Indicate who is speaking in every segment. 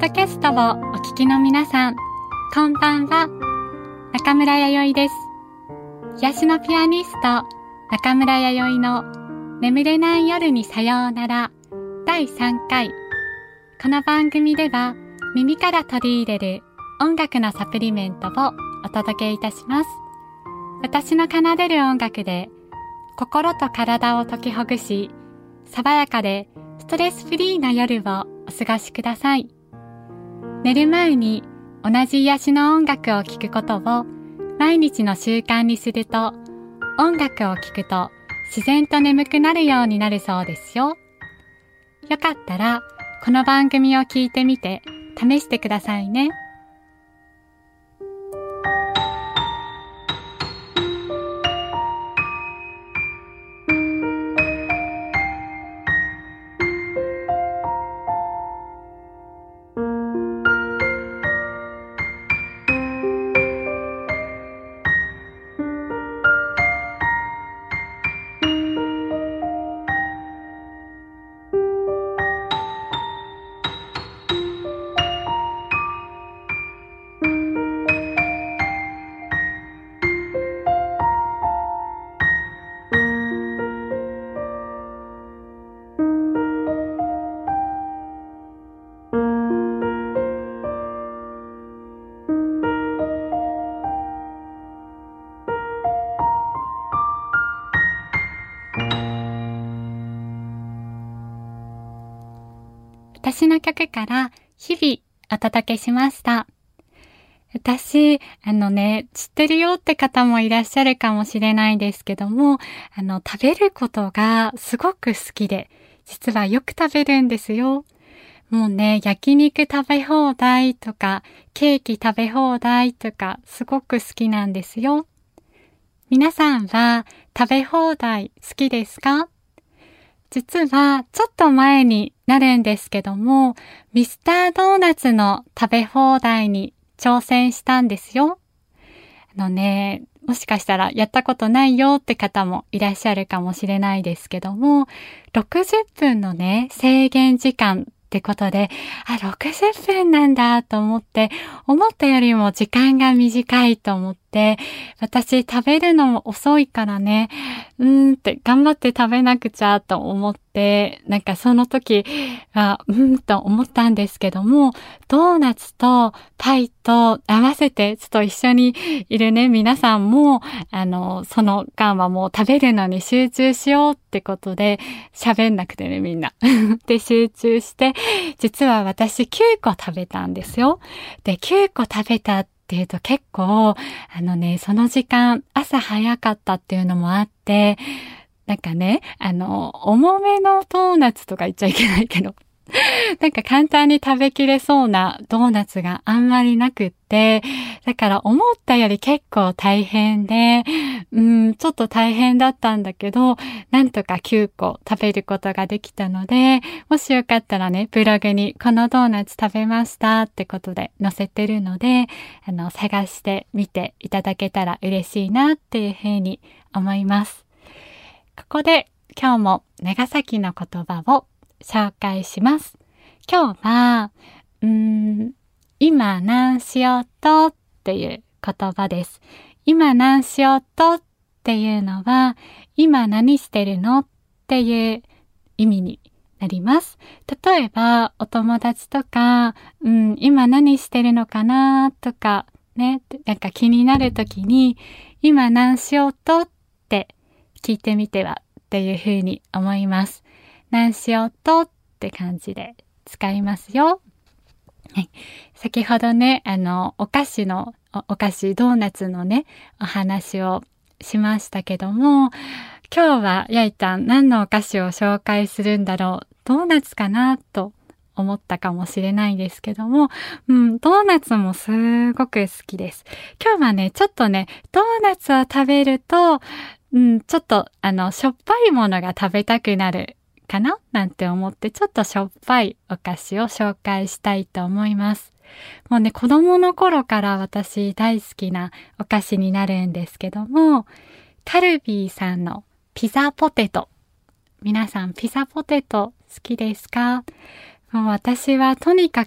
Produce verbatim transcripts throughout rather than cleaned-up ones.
Speaker 1: ドキャストをお聞きの皆さん、こんばんは。中村弥生です。癒しのピアニスト、中村弥生の眠れない夜にさようならだいさんかい。この番組では耳から取り入れる音楽のサプリメントをお届けいたします。私の奏でる音楽で心と体を解きほぐし、爽やかでストレスフリーな夜をお過ごしください。寝る前に同じ癒しの音楽を聴くことを毎日の習慣にすると、音楽を聴くと自然と眠くなるようになるそうですよ。よかったらこの番組を聞いてみて試してくださいね。私の曲から日々お届けしました。私、あのね、知ってるよって方もいらっしゃるかもしれないですけども、あの、食べることがすごく好きで、実はよく食べるんですよ。もうね、焼肉食べ放題とか、ケーキ食べ放題とか、すごく好きなんですよ。皆さんは食べ放題好きですか？実はちょっと前になるんですけども、ミスタードーナツの食べ放題に挑戦したんですよ。あのね、もしかしたらやったことないよって方もいらっしゃるかもしれないですけども、ろくじゅっぷんのね、制限時間ってことで、あ、ろくじゅっぷんなんだと思って、思ったよりも時間が短いと思って、私食べるのも遅いからね、うーんって頑張って食べなくちゃと思って、なんかその時は、うーんと思ったんですけども、ドーナツとパイと合わせて、ちょっと一緒にいるね、皆さんも、あの、その間はもう食べるのに集中しようってことで、喋んなくてね、みんな。で、集中して、実は私きゅうこ食べたんですよ。で、きゅうこ食べたっていうと結構、あのね、その時間、朝早かったっていうのもあって、なんかね、あの、重めのドーナツとか言っちゃいけないけど、なんか簡単に食べきれそうなドーナツがあんまりなくって、だから思ったより結構大変で、うん、ちょっと大変だったんだけど、なんとかきゅうこ食べることができたので、もしよかったらね、ブログにこのドーナツ食べましたってことで載せてるので、あの、探してみていただけたら嬉しいなっていうふうに思います。ここで今日も長崎の言葉を紹介します。今日は、うーん、今何しようとっていう言葉です。今何しようとっていうのは、今何してるのっていう意味になります。例えば、お友達とか、うん、今何してるのかなとか、ね、なんか気になるときに、今何しようとって聞いてみてはっていうふうに思います。何しようとって感じで使いますよ。はい、先ほどね、あの、お菓子の、お、お菓子、ドーナツのね、お話をしましたけども、今日はやいちゃん何のお菓子を紹介するんだろう、ドーナツかなと思ったかもしれないですけども、うん、ドーナツもすごく好きです。今日はね、ちょっとね、ドーナツを食べると、うん、ちょっと、あの、しょっぱいものが食べたくなるかななんて思って、ちょっとしょっぱいお菓子を紹介したいと思います。もうね、子供の頃から私大好きなお菓子になるんですけども、カルビーさんのピザポテト。皆さんピザポテト好きですか？もう私はとにかく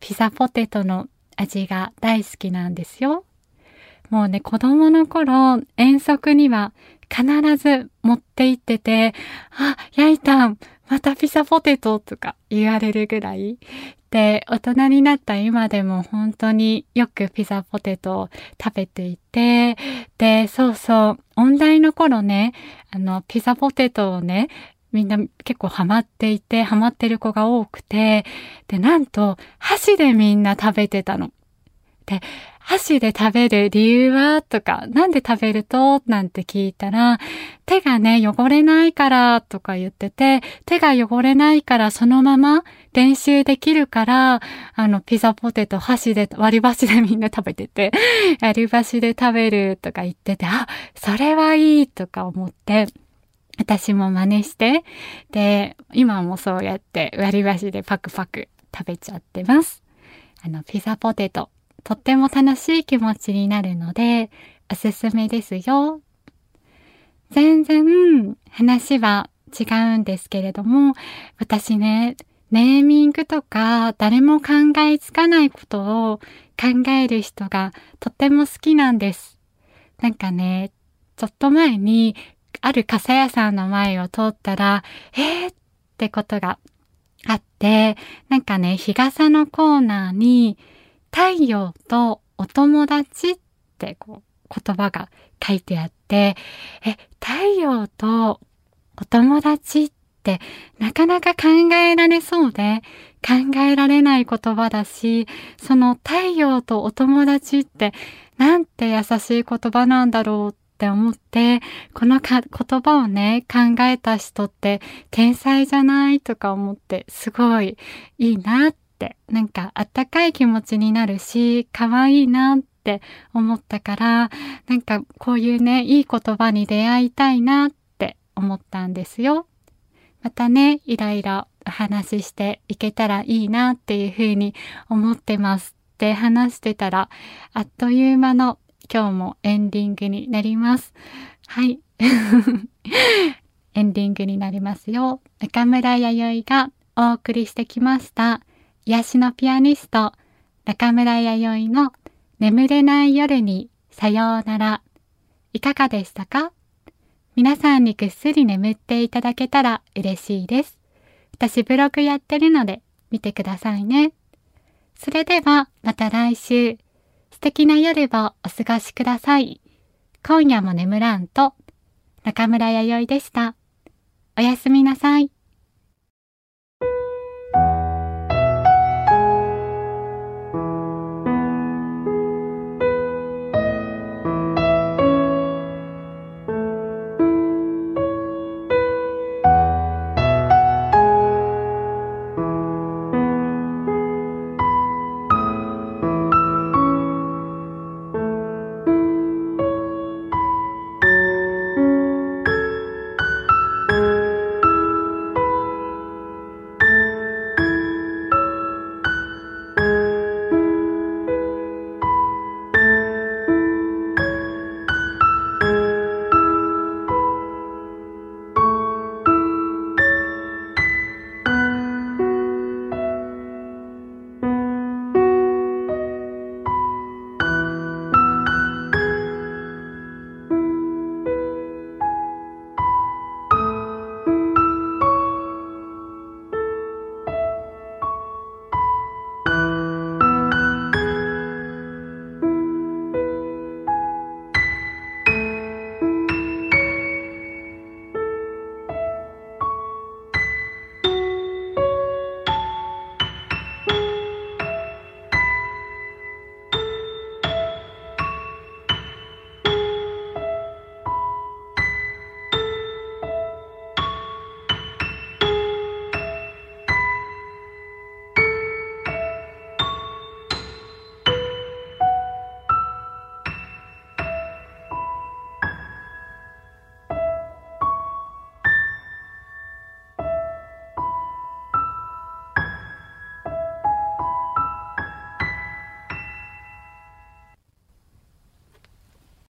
Speaker 1: ピザポテトの味が大好きなんですよ。もうね、子供の頃、遠足には必ず持って行ってて、あ、やいたん、またピザポテトとか言われるぐらい。で、大人になった今でも本当によくピザポテトを食べていて、で、そうそう、音大の頃ね、あの、ピザポテトをね、みんな結構ハマっていて、ハマってる子が多くて、で、なんと、箸でみんな食べてたの。で、箸で食べる理由はとか、なんで食べるとなんて聞いたら、手がね、汚れないからとか言ってて、手が汚れないからそのまま練習できるから、あの、ピザポテト箸で、割り箸でみんな食べてて、割り箸で食べるとか言ってて、あ、それはいいとか思って、私も真似して、で、今もそうやって割り箸でパクパク食べちゃってます。あの、ピザポテト。とっても楽しい気持ちになるので、おすすめですよ。全然話は違うんですけれども、私ね、ネーミングとか誰も考えつかないことを考える人がとっても好きなんです。なんかね、ちょっと前にある傘屋さんの前を通ったら、えーってことがあって、なんかね、日傘のコーナーに、太陽とお友達ってこう言葉が書いてあって、え、太陽とお友達ってなかなか考えられそうで考えられない言葉だし、その太陽とお友達ってなんて優しい言葉なんだろうって思って、このか言葉をね考えた人って天才じゃないとか思って、すごいいいなってなんかあったかい気持ちになるし、可愛いなって思ったから、なんかこういうね、いい言葉に出会いたいなって思ったんですよ。またね、いろいろお話ししていけたらいいなっていうふうに思ってますって話してたら、あっという間の今日もエンディングになります。はい。エンディングになりますよ。中村弥生がお送りしてきました。癒しのピアニスト、中村弥生の眠れない夜にさようなら。いかがでしたか？皆さんにぐっすり眠っていただけたら嬉しいです。私ブログやってるので見てくださいね。それではまた来週、素敵な夜をお過ごしください。今夜も眠らんと、中村弥生でした。おやすみなさい。